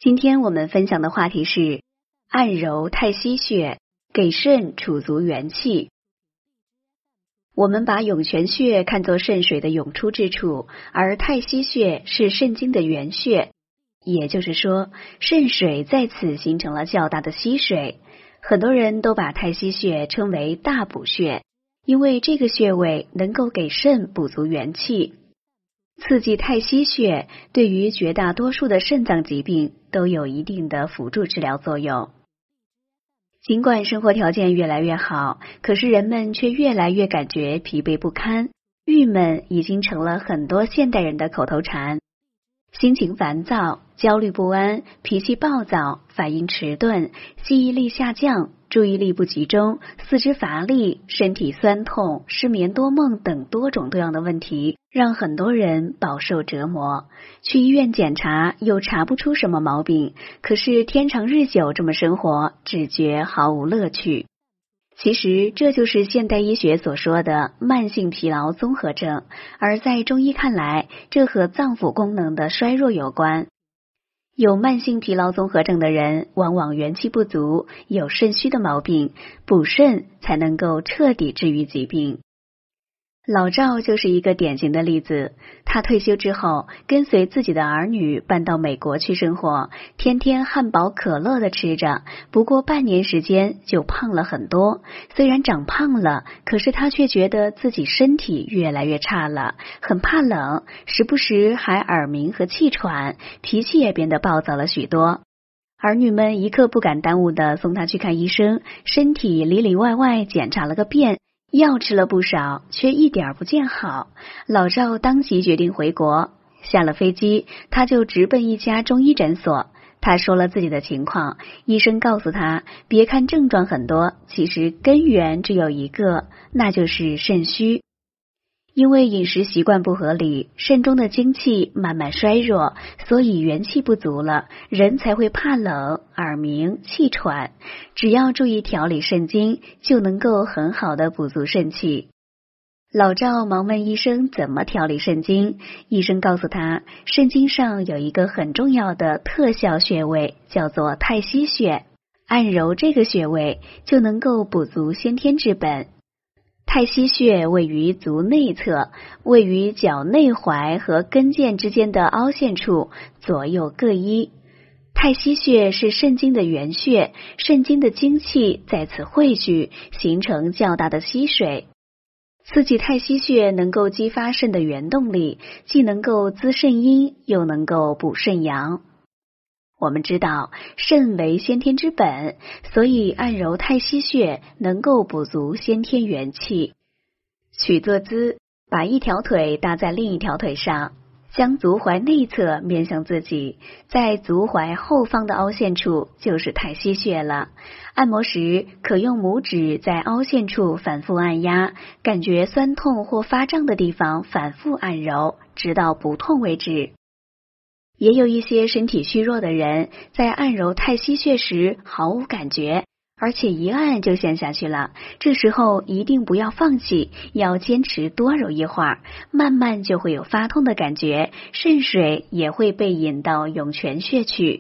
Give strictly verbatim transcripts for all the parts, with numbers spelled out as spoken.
今天我们分享的话题是按揉太溪穴，给肾储足元气。我们把涌泉穴看作肾水的涌出之处，而太溪穴是肾经的原穴，也就是说，肾水在此形成了较大的溪水。很多人都把太溪穴称为大补穴，因为这个穴位能够给肾补足元气。刺激太溪穴对于绝大多数的肾脏疾病都有一定的辅助治疗作用。尽管生活条件越来越好，可是人们却越来越感觉疲惫不堪，郁闷已经成了很多现代人的口头禅。心情烦躁、焦虑不安、脾气暴躁、反应迟钝、记忆力下降、注意力不集中、四肢乏力、身体酸痛、失眠多梦等多种多样的问题，让很多人饱受折磨。去医院检查又查不出什么毛病，可是天长日久这么生活，只觉毫无乐趣。其实这就是现代医学所说的慢性疲劳综合症，而在中医看来，这和脏腑功能的衰弱有关。有慢性疲劳综合症的人往往元气不足，有肾虚的毛病，补肾才能够彻底治愈疾病。老赵就是一个典型的例子，他退休之后跟随自己的儿女搬到美国去生活，天天汉堡可乐的吃着，不过半年时间就胖了很多。虽然长胖了，可是他却觉得自己身体越来越差了，很怕冷，时不时还耳鸣和气喘，脾气也变得暴躁了许多。儿女们一刻不敢耽误的送他去看医生，身体里里外外检查了个遍，药吃了不少，却一点不见好。老赵当即决定回国，下了飞机，他就直奔一家中医诊所。他说了自己的情况，医生告诉他，别看症状很多，其实根源只有一个，那就是肾虚。因为饮食习惯不合理，肾中的精气慢慢衰弱，所以元气不足了，人才会怕冷、耳鸣、气喘。只要注意调理肾经，就能够很好的补足肾气。老赵忙问医生怎么调理肾经，医生告诉他，肾经上有一个很重要的特效穴位，叫做太溪穴，按揉这个穴位就能够补足先天之本。太溪穴位于足内侧，位于脚内踝和跟腱之间的凹陷处，左右各一。太溪穴是肾经的原穴，肾经的精气在此汇聚，形成较大的溪水。刺激太溪穴能够激发肾的原动力，既能够滋肾阴，又能够补肾阳。我们知道肾为先天之本，所以按揉太溪穴能够补足先天元气。取坐姿，把一条腿搭在另一条腿上，将足踝内侧面向自己，在足踝后方的凹陷处就是太溪穴了。按摩时可用拇指在凹陷处反复按压，感觉酸痛或发胀的地方反复按揉，直到不痛为止。也有一些身体虚弱的人，在按揉太溪穴时毫无感觉，而且一按就陷下去了。这时候一定不要放弃，要坚持多揉一会儿，慢慢就会有发痛的感觉，肾水也会被引到涌泉穴去。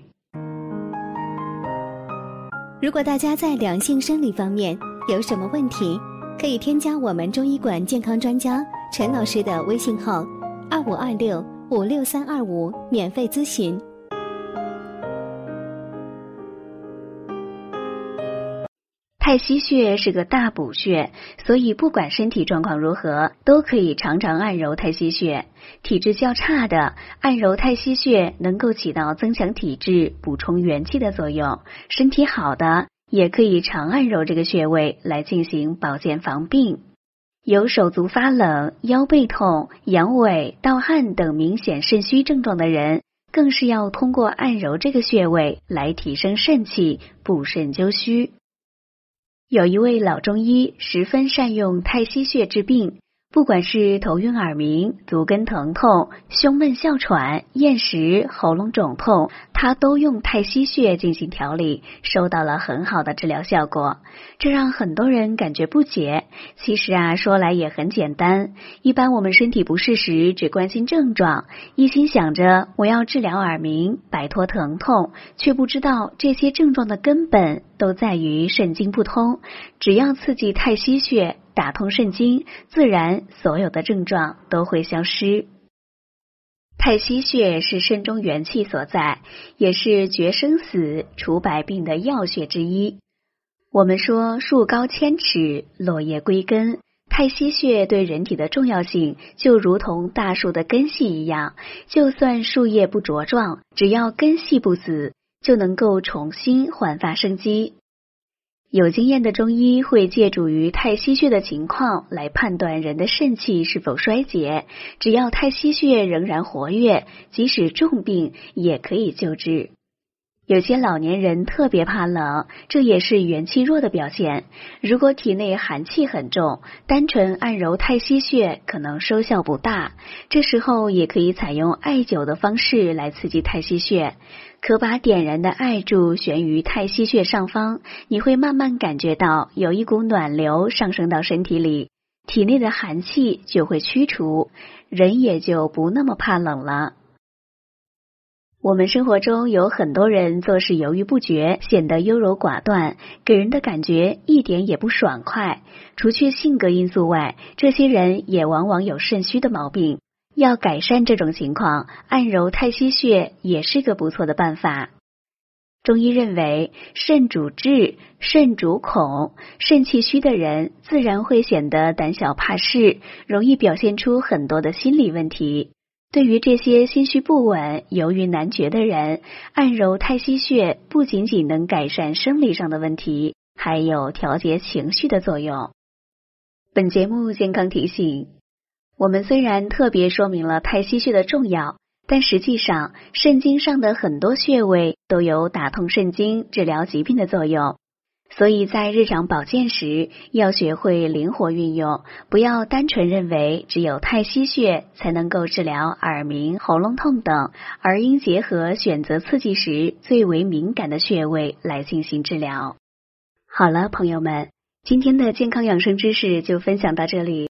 如果大家在两性生理方面有什么问题，可以添加我们中医馆健康专家陈老师的微信号二五二六五六三二五，免费咨询。 太溪穴是个大补穴，所以不管身体状况如何，都可以常常按揉太溪穴。体质较差的，按揉太溪穴能够起到增强体质、补充元气的作用；身体好的，也可以常按揉这个穴位来进行保健防病。有手足发冷、腰背痛、阳痿、盗汗等明显肾虚症状的人，更是要通过按揉这个穴位来提升肾气，补肾灸虚。有一位老中医十分善用太溪穴治病， 不管是头晕耳鸣、足跟疼痛、胸闷哮喘、厌食、喉咙肿痛，他都用太溪穴进行调理，收到了很好的治疗效果。这让很多人感觉不解。其实啊，说来也很简单。一般我们身体不适时，只关心症状，一心想着我要治疗耳鸣，摆脱疼痛，却不知道这些症状的根本都在于肾经不通。只要刺激太溪穴，打通肾经，自然所有的症状都会消失。太溪穴是肾中元气所在，也是决生死、除百病的要穴之一。我们说树高千尺，落叶归根，太溪穴对人体的重要性就如同大树的根系一样，就算树叶不茁壮，只要根系不死，就能够重新焕发生机。有经验的中医会借助于太溪穴的情况来判断人的肾气是否衰竭，只要太溪穴仍然活跃，即使重病也可以救治。有些老年人特别怕冷，这也是元气弱的表现。如果体内寒气很重，单纯按揉太溪穴可能收效不大，这时候也可以采用艾灸的方式来刺激太溪穴。可把点燃的艾柱悬于太溪穴上方，你会慢慢感觉到有一股暖流上升到身体里，体内的寒气就会驱除，人也就不那么怕冷了。我们生活中有很多人做事犹豫不决，显得优柔寡断，给人的感觉一点也不爽快。除去性格因素外，这些人也往往有肾虚的毛病。要改善这种情况，按揉太溪穴也是个不错的办法。中医认为，肾主志，肾主恐，肾气虚的人自然会显得胆小怕事，容易表现出很多的心理问题。对于这些心绪不稳、犹豫难决的人，按揉太溪穴不仅仅能改善生理上的问题，还有调节情绪的作用。本节目健康提醒，我们虽然特别说明了太溪穴的重要，但实际上肾经上的很多穴位都有打通肾经、治疗疾病的作用。所以在日常保健时，要学会灵活运用，不要单纯认为只有太溪穴才能够治疗耳鸣、喉咙痛等，而应结合选择刺激时最为敏感的穴位来进行治疗。好了，朋友们，今天的健康养生知识就分享到这里。